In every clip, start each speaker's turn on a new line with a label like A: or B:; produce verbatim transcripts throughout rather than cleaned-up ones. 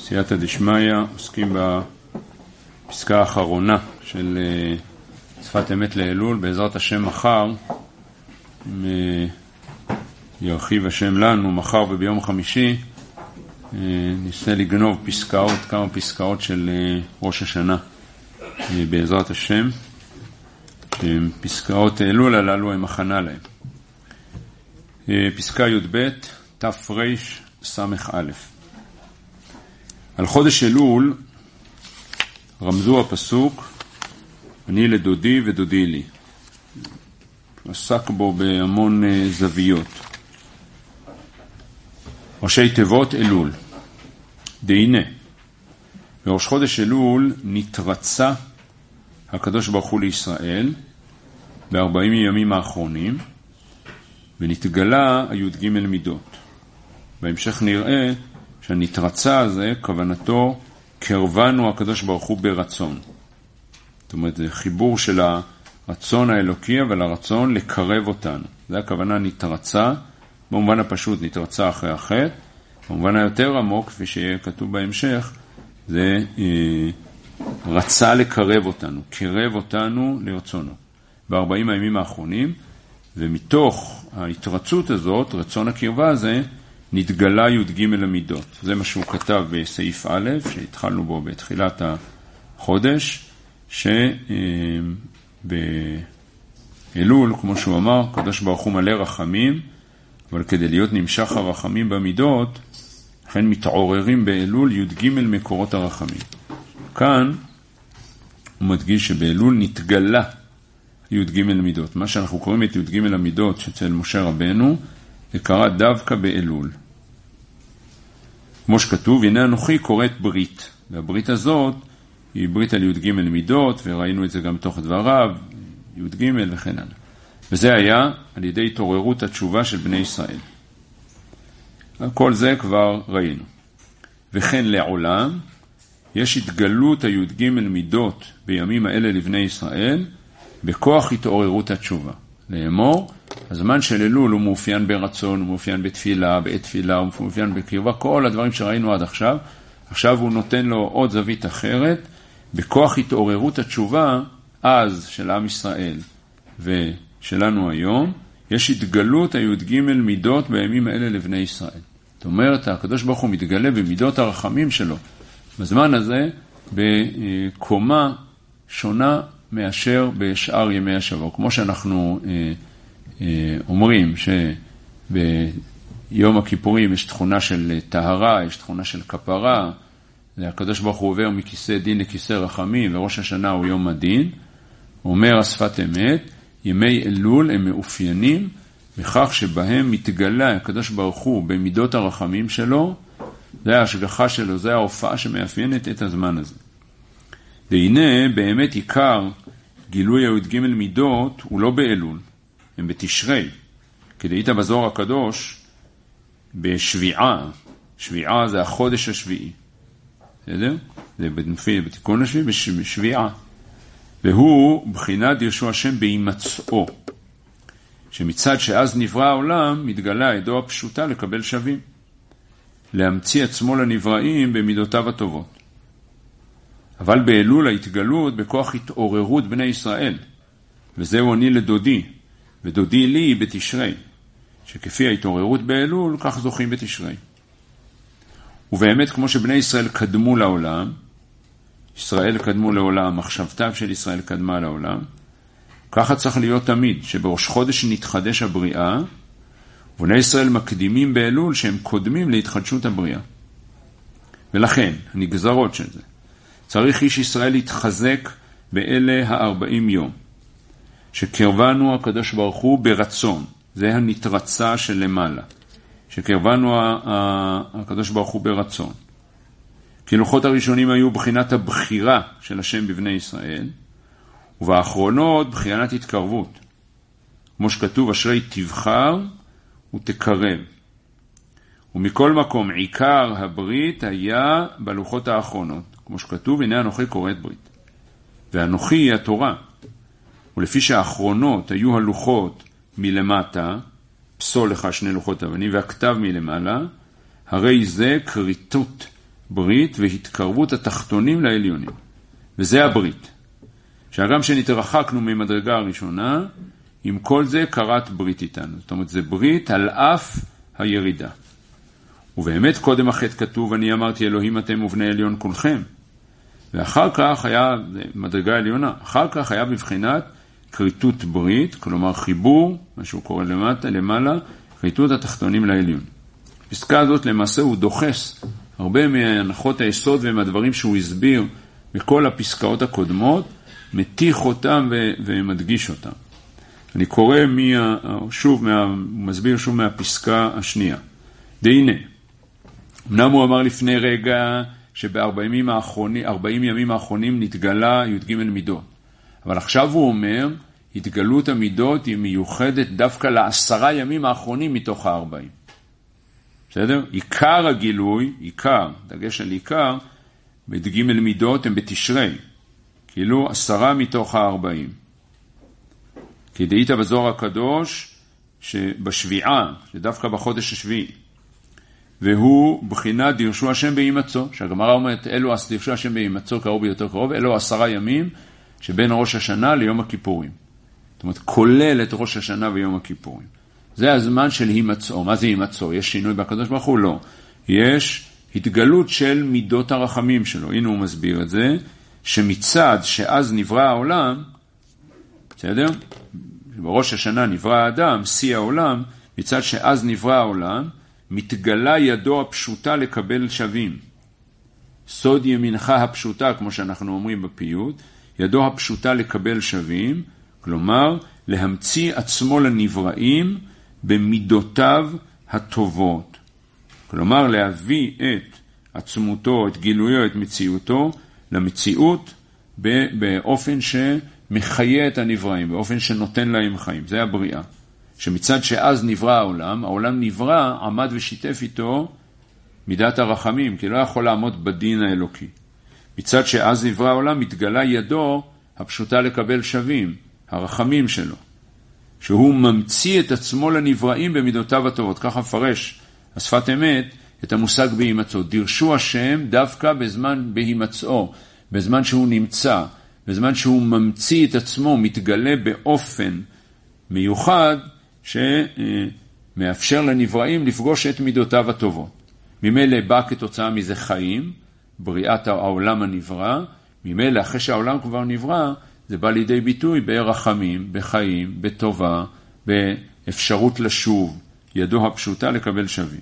A: סייעתא דשמיא, עוסקים בפסקה האחרונה של שפת אמת לאלול. בעזרת השם מחר, אם ירחיב השם לנו, מחר וביום חמישי ניסה לגנוב פסקאות, כמה פסקאות של ראש השנה בעזרת השם. פסקאות אלול הללו הם הכנה להם. פסקה י' ב' תפר סמך א'. על חודש אלול רמזו הפסוק אני לדודי ודודי לי. עסק בו בהמון זוויות. ראשי תיבות אלול. דהינה, בראש חודש אלול נתרצה הקדוש ברוך הוא לישראל בארבעים ימים האחרונים, ונתגלה הי"ג מידות. בהמשך נראה שהנתרצה הזה כוונתו קרבנו הקדוש ברוך הוא ברצון. זאת אומרת, זה חיבור של הרצון האלוקי אבל הרצון לקרב אותנו. זה הכוונה נתרצה, במובן הפשוט נתרצה אחרי החטא. במובן היותר עמוק, כפי שיהיה כתוב בהמשך, זה אה, רצה לקרב אותנו, קרב אותנו לרצונו. בארבעים הימים האחרונים, ומתוך ההתרצות הזאת, רצון הקרבה הזה, נתגלה י"ג המידות. זה מה שהוא כתב בסעיף א', שהתחלנו בו בתחילת החודש, שבאלול, כמו שהוא אמר, קדוש ברוך הוא מלא רחמים, אבל כדי להיות נמשך הרחמים במידות, לכן מתעוררים באלול י"ג מקורות הרחמים. כאן הוא מדגיש שבאלול נתגלה י"ג מידות. מה שאנחנו קוראים את י"ג המידות שאצל משה רבנו, זה קרה דווקא באלול. כמו שכתוב, הנה אנוכי קוראת ברית. והברית הזאת היא ברית על י"ג מידות, וראינו את זה גם תוך דבריו, י"ג וכן הלאה. וזה היה על ידי התעוררות התשובה של בני ישראל. כל זה כבר ראינו. וכן לעולם, יש התגלות הי"ג מידות בימים האלה לבני ישראל, בכוח התעוררות התשובה. לאמור, הזמן של אלול הוא מאופיין ברצון, הוא מאופיין בתפילה, בעת תפילה, הוא מאופיין בקרבה, כל הדברים שראינו עד עכשיו. עכשיו הוא נותן לו עוד זווית אחרת, בכוח התעוררות התשובה, אז של עם ישראל ושלנו היום, יש התגלות הי"ג מידות בימים האלה לבני ישראל. זאת אומרת, הקדוש ברוך הוא מתגלה במידות הרחמים שלו, בזמן הזה, בקומה שונה מאשר בשאר ימי השבוע. כמו שאנחנו אה, אה, אומרים שביום הכיפורים יש תכונה של טהרה, יש תכונה של כפרה, הקדוש ברוך הוא עובר מכיסא דין לכיסא רחמים, וראש השנה הוא יום הדין. אומר השפת אמת, ימי אלול הם מאופיינים בכך שבהם מתגלה הקדוש ברוך הוא במידות הרחמים שלו, זה ההשגחה שלו, זה ההופעה שמאפיינת את הזמן הזה. והנה באמת עיקר גילוי הי"ג מידות הוא לא באלול, הם בתשרי. כדאית בזוהר הקדוש בשביעה, שביעה זה החודש השביעי. בסדר? זה בנפיל, בתיקון השביעי, בשביעה. והוא בחינת דרשו השם בהימצאו, שמצד שאז נברא העולם מתגלה ידו הפשוטה לקבל שווים, להמציא עצמו לנבראים במידותיו הטובות. אבל באלול ההתגלות בכוח התעוררות בני ישראל, וזהו אני לדודי, ודודי לי בתשרי, שכפי ההתעוררות באלול, כך זוכים בתשרי. ובאמת כמו שבני ישראל קדמו לעולם, ישראל קדמו לעולם, מחשבתיו של ישראל קדמה לעולם, ככה צריך להיות תמיד, שבראש חודש נתחדש הבריאה, ובני ישראל מקדימים באלול שהם קודמים להתחדשות הבריאה. ולכן, הנגזרות של זה, צריך איש ישראל להתחזק באלה הארבעים יום, שקרבנו הקדוש ברוך הוא ברצון, זה הנתרצה של למעלה, שקרבנו הקדוש ברוך הוא ברצון. כי לוחות הראשונים היו בחינת הבחירה של השם בבני ישראל, ובאחרונות בחינת התקרבות. כמו שכתוב, אשרי תבחר ותקרב. ומכל מקום עיקר הברית היה בלוחות האחרונות. כמו שכתוב, הנה אנוכי קוראת ברית. ואנוכי היא התורה. ולפי שהאחרונות היו הלוחות מלמטה, פסול לך שני לוחות אבנים, והכתב מלמעלה, הרי זה כריתות ברית והתקרבות התחתונים לעליונים. וזה הברית. שהגם שנתרחקנו ממדרגה הראשונה, עם כל זה קראת ברית איתנו. זאת אומרת, זה ברית על אף הירידה. ובאמת קודם החטא כתוב, אני אמרתי אלוהים אתם ובני עליון כולכם. ואחר כך היה, מדרגה עליונה, אחר כך היה בבחינת כריתות ברית, כלומר חיבור, מה שהוא קורא למטה, למעלה, כריתות התחתונים לעליון. הפסקה הזאת למעשה הוא דוחס הרבה מהנחות היסוד ומהדברים שהוא הסביר בכל הפסקאות הקודמות, מתיך אותם ו- ומדגיש אותם. אני קורא מה, שוב, מה, מסביר שוב מהפסקה השנייה. דהנה, אמנם הוא אמר לפני רגע שב-ארבעים ימים האחרונים, ארבעים ימים האחרונים נתגלה י"ג מידות. אבל עכשיו הוא אומר, התגלות המידות היא מיוחדת דווקא לעשרה ימים האחרונים מתוך הארבעים. בסדר? עיקר הגילוי, עיקר, דגש על עיקר, בג' מידות הם בתשרי. כאילו עשרה מתוך הארבעים. כי דהית בזוהר הקדוש שבשביעה, שדווקא בחודש השביעי. והוא בחינת דירשו השם בהימצאו, שהגמרא אומרת, אלו דירשו השם בהימצאו קרוב ביותר קרוב, אלו עשרה ימים שבין ראש השנה ליום הכיפורים. זאת אומרת, כולל את ראש השנה ויום הכיפורים. זה הזמן של הימצאו. מה זה הימצאו? יש שינוי בקדוש ברוך הוא? לא. יש התגלות של מידות הרחמים שלו. הנה הוא מסביר את זה, שמצד שאז נברא העולם, בסדר? בראש השנה נברא האדם, שיא העולם, מצד שאז נברא העולם, מתגלה ידו הפשוטה לקבל שווים. סוד ימינך הפשוטה, כמו שאנחנו אומרים בפיוט, ידו הפשוטה לקבל שווים, כלומר, להמציא עצמו לנבראים במידותיו הטובות. כלומר, להביא את עצמותו, את גילויו, את מציאותו, למציאות באופן שמחיה את הנבראים, באופן שנותן להם חיים. זה הבריאה. שמצד שאז נברא העולם, העולם נברא, עמד ושיתף איתו מידת הרחמים, כי לא יכול לעמוד בדין האלוקי. מצד שאז נברא העולם, מתגלה ידו הפשוטה לקבל שווים, הרחמים שלו. שהוא ממציא את עצמו לנבראים במידותיו הטובות. ככה מפרש השפת אמת את המושג בהימצאו. דירשו השם דווקא בזמן בהימצאו, בזמן שהוא נמצא, בזמן שהוא ממציא את עצמו, מתגלה באופן מיוחד, שמאפשר לנבראים לפגוש את מידותיו הטובות. ממילא בא כתוצאה מזה חיים, בריאת העולם הנברא, ממילא אחרי שהעולם כבר נברא, זה בא לידי ביטוי ברחמים, בחיים, בטובה, באפשרות לשוב, ידו הפשוטה לקבל שווים.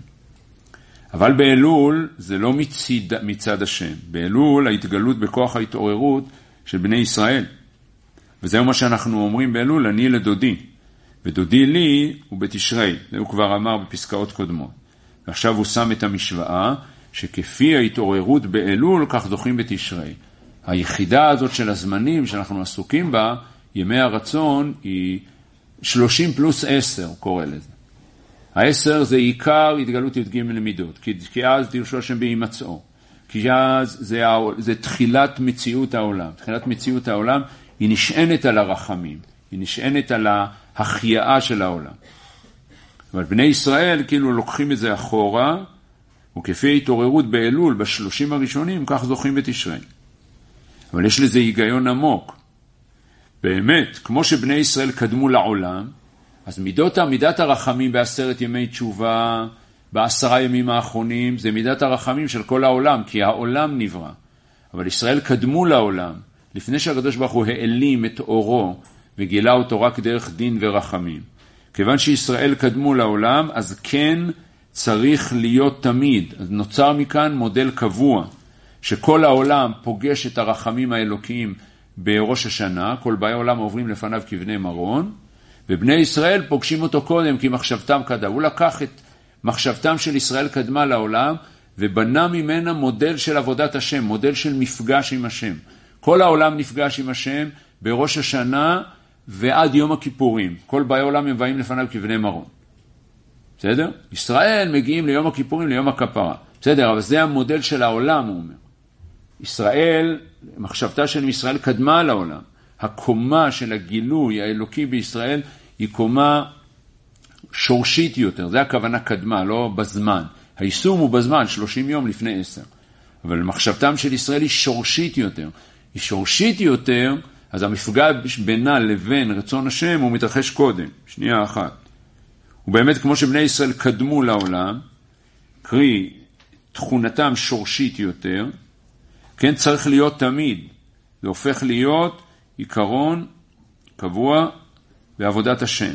A: אבל באלול זה לא מצד, מצד השם. באלול ההתגלות בכוח ההתעוררות של בני ישראל. וזהו מה שאנחנו אומרים באלול, אני לדודי. ודודי לי הוא בתשרי, זה הוא כבר אמר בפסקאות קודמות. ועכשיו הוא שם את המשוואה, שכפי ההתעוררות באלול, כך זוכים בתשרי. היחידה הזאת של הזמנים שאנחנו עסוקים בה, ימי הרצון, היא שלושים פלוס עשר, הוא קורא לזה. העשר זה עיקר התגלות י"ג למידות, כי, כי אז דירשו השם בהימצאו. כי אז זה, זה תחילת מציאות העולם. תחילת מציאות העולם היא נשענת על הרחמים, היא נשענת על ההחייאה של העולם. אבל בני ישראל כאילו לוקחים את זה אחורה, וכפי התעוררות באלול, בשלושים הראשונים, כך זוכים בתשרי. אבל יש לזה היגיון עמוק. באמת, כמו שבני ישראל קדמו לעולם, אז מידות, מידת הרחמים בעשרת ימי תשובה, בעשרה ימים האחרונים, זה מידת הרחמים של כל העולם, כי העולם נברא. אבל ישראל קדמו לעולם, לפני שהקדוש ברוך הוא העלים את אורו, וגילה אותו רק דרך דין ורחמים. כיוון שישראל קדמו לעולם, אז כן צריך להיות תמיד. אז נוצר מכאן מודל קבוע, שכל העולם פוגש את הרחמים האלוקיים בראש השנה, כל באי העולם עוברים לפניו כבני מרון, ובני ישראל פוגשים אותו קודם כי מחשבתם קדמה. הוא לקח את מחשבתם של ישראל קדמה לעולם, ובנה ממנה מודל של עבודת השם, מודל של מפגש עם השם. כל העולם נפגש עם השם בראש השנה ועד יום הכיפורים. כל באי העולם הם באים לפניו כבני מרון. בסדר? ישראל מגיעים ליום הכיפורים, ליום הכפרה. בסדר, אבל זה המודל של העולם, הוא אומר. ישראל, מחשבתה של ישראל קדמה לעולם. הקומה של הגילוי האלוקי בישראל היא קומה שורשית יותר. זה הכוונה קדמה, לא בזמן. היישום הוא בזמן, שלושים יום לפני עשר. אבל מחשבתם של ישראל היא שורשית יותר. היא שורשית יותר, אז המפגש בינה לבין רצון השם הוא מתרחש קודם, שנייה אחת. ובאמת כמו שבני ישראל קדמו לעולם, קרי תכונתם שורשית יותר, כן צריך להיות תמיד. זה הופך להיות עיקרון קבוע בעבודת השם.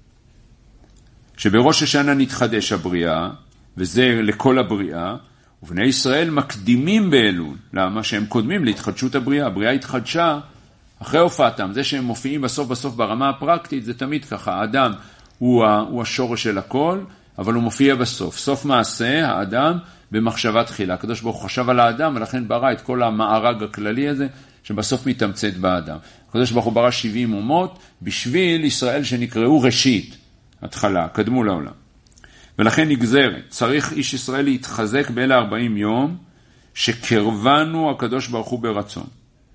A: שבראש השנה נתחדש הבריאה, וזה לכל הבריאה, ובני ישראל מקדימים באלול. למה? שהם קודמים להתחדשות הבריאה. הבריאה התחדשה אחרי הופעתם. זה שהם מופיעים בסוף בסוף ברמה הפרקטית, זה תמיד ככה. האדם הוא, ה, הוא השורש של הכל, אבל הוא מופיע בסוף. סוף מעשה, האדם במחשבה תחילה. הקדוש ברוך הוא חשב על האדם, ולכן ברא את כל המארג הכללי הזה, שבסוף מתמצאת באדם. הקדוש ברוך הוא ברא שבעים אומות, בשביל ישראל שנקראו ראשית, התחלה, קדמו לעולם. ולכן נגזרת, צריך איש ישראל להתחזק באלה ארבעים יום, שקרבנו הקדוש ברוך הוא ברצון.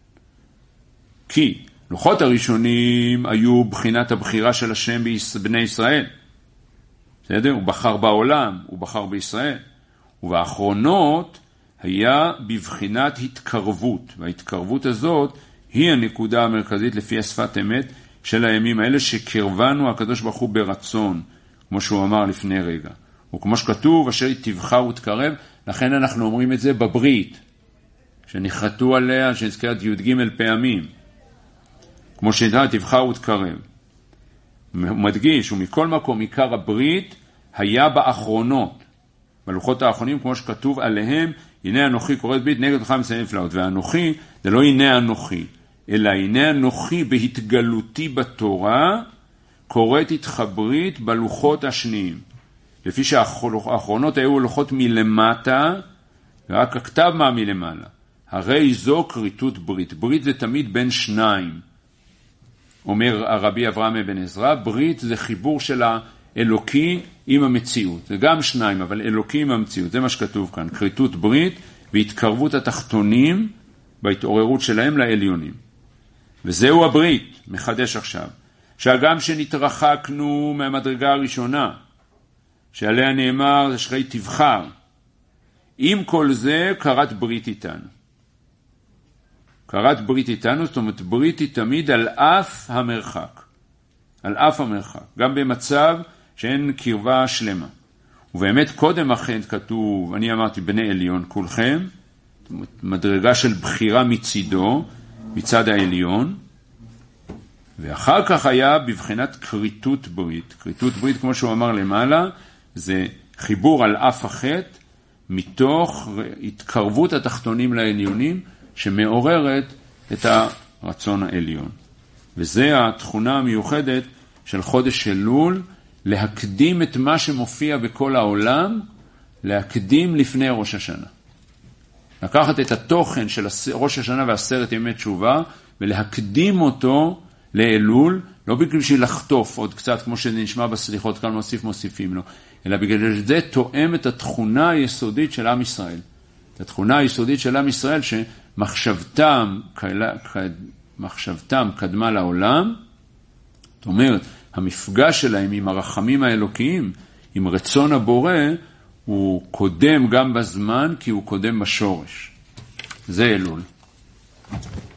A: כי לוחות הראשונים היו בחינת הבחירה של השם בני ישראל. בסדר? הוא בחר בעולם, הוא בחר בישראל. ובאחרונות היה בבחינת התקרבות, וההתקרבות הזאת היא הנקודה המרכזית לפי השפת אמת של הימים האלה, שקרבנו הקדוש ברוך הוא ברצון, כמו שהוא אמר לפני רגע. וכמו שכתוב, אשר תבחר ותקרב, לכן אנחנו אומרים את זה בברית, שנחתו עליה, שנזכרת י' ג' פעמים. כמו שנדע, תבחר ותקרב. הוא מדגיש, ומכל מקום עיקר הברית היה באחרונות, בלוחות האחרונים, כמו שכתוב עליהם, הנה אנוכי קוראת ברית נגד אותך מסיים נפלאות. והאנוכי, זה לא הנה אנוכי, אלא הנה אנוכי בהתגלותי בתורה, קוראת איתך ברית בלוחות השניים. לפי שהאחרונות היו לוחות מלמטה, ורק הכתב מה מלמעלה. הרי זו כריתות ברית. ברית זה תמיד בין שניים. אומר הרבי אברהם אבן עזרא, ברית זה חיבור של האלוקי עם המציאות. זה גם שניים, אבל אלוקי עם המציאות. זה מה שכתוב כאן. כריתות ברית והתקרבות התחתונים בהתעוררות שלהם לעליונים. וזהו הברית, מחדש עכשיו. שהגם שנתרחקנו מהמדרגה הראשונה, שעליה נאמר, אשרי תבחר, עם כל זה קראת ברית איתנו. קראת ברית איתנו, זאת אומרת, ברית היא תמיד על אף המרחק. על אף המרחק. גם במצב שאין קרבה שלמה. ובאמת קודם אכן כתוב, אני אמרתי, בני עליון כולכם, מדרגה של בחירה מצידו, מצד העליון, ואחר כך היה בבחינת כריתות ברית. כריתות ברית, כמו שהוא אמר למעלה, זה חיבור על אף החטא, מתוך התקרבות התחתונים לעליונים, שמעוררת את הרצון העליון. וזה התכונה המיוחדת של חודש אלול, להקדים את מה שמופיע בכל העולם, להקדים לפני ראש השנה. לקחת את התוכן של ראש השנה ועשרת ימי תשובה, ולהקדים אותו לאלול, לא בגלל שלחטוף עוד קצת, כמו שנשמע בסליחות, כאן מוסיף מוסיפים לו, אלא בגלל שזה תואם את התכונה היסודית של עם ישראל. את התכונה היסודית של עם ישראל, שמחשבתם מחשבתם קדמה לעולם, זאת אומרת, המפגש שלהם עם הרחמים האלוקיים, עם רצון הבורא, הוא קודם גם בזמן, כי הוא קודם בשורש. זה אלול.